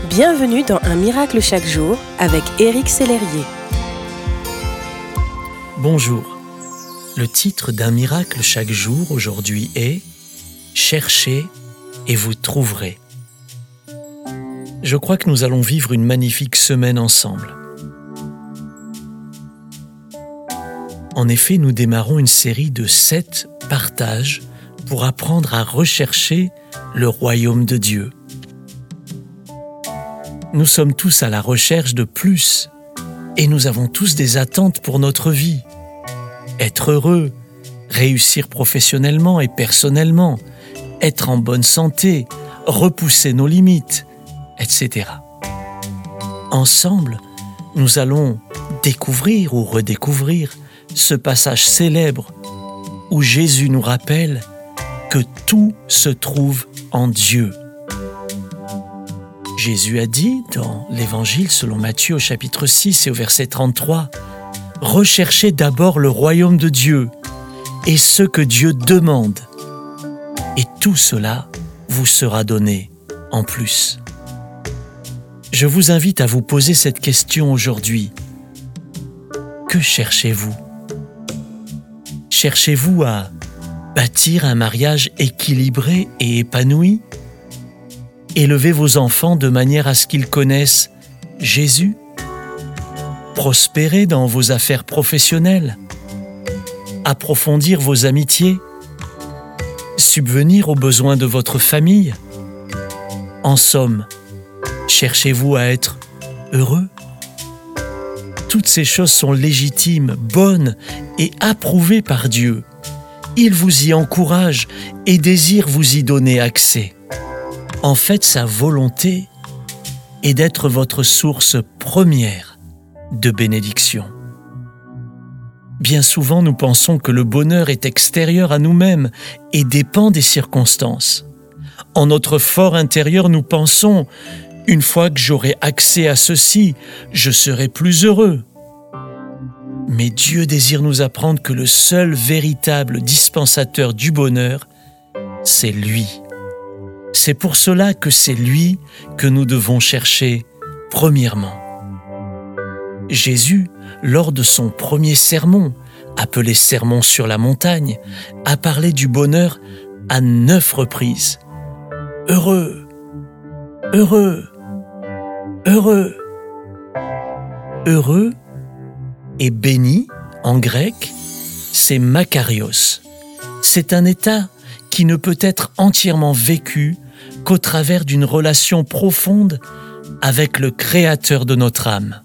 Bienvenue dans Un miracle chaque jour avec Éric Sellerier. Bonjour. Le titre d'Un miracle chaque jour aujourd'hui est « Cherchez et vous trouverez ». Je crois que nous allons vivre une magnifique semaine ensemble. En effet, nous démarrons une série de 7 partages pour apprendre à rechercher le royaume de Dieu. Nous sommes tous à la recherche de plus et nous avons tous des attentes pour notre vie. Être heureux, réussir professionnellement et personnellement, être en bonne santé, repousser nos limites, etc. Ensemble, nous allons découvrir ou redécouvrir ce passage célèbre où Jésus nous rappelle que tout se trouve en Dieu. Jésus a dit dans l'Évangile selon Matthieu au chapitre 6 et au verset 33 « Recherchez d'abord le royaume de Dieu et ce que Dieu demande, et tout cela vous sera donné en plus. » Je vous invite à vous poser cette question aujourd'hui. Que cherchez-vous ? Cherchez-vous à bâtir un mariage équilibré et épanoui ? Élever vos enfants de manière à ce qu'ils connaissent Jésus ? Prospérer dans vos affaires professionnelles ? Approfondir vos amitiés ? Subvenir aux besoins de votre famille ? En somme, cherchez-vous à être heureux ? Toutes ces choses sont légitimes, bonnes et approuvées par Dieu. Il vous y encourage et désire vous y donner accès. En fait, sa volonté est d'être votre source première de bénédiction. Bien souvent, nous pensons que le bonheur est extérieur à nous-mêmes et dépend des circonstances. En notre fort intérieur, nous pensons « Une fois que j'aurai accès à ceci, je serai plus heureux. » Mais Dieu désire nous apprendre que le seul véritable dispensateur du bonheur, c'est lui. C'est pour cela que c'est lui que nous devons chercher premièrement. Jésus, lors de son premier sermon, appelé Sermon sur la montagne, a parlé du bonheur à 9 reprises. Heureux, heureux, heureux. Heureux et béni, en grec, c'est makarios. C'est un état qui ne peut être entièrement vécu qu'au travers d'une relation profonde avec le Créateur de notre âme.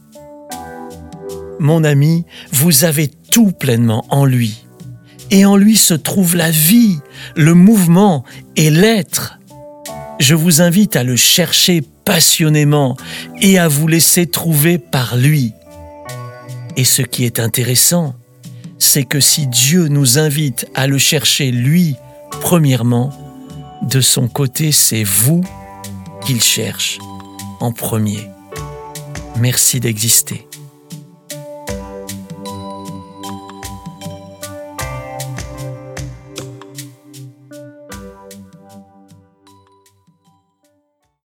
Mon ami, vous avez tout pleinement en lui. Et en lui se trouve la vie, le mouvement et l'être. Je vous invite à le chercher passionnément et à vous laisser trouver par lui. Et ce qui est intéressant, c'est que si Dieu nous invite à le chercher lui, premièrement, de son côté, c'est vous qu'il cherche en premier. Merci d'exister.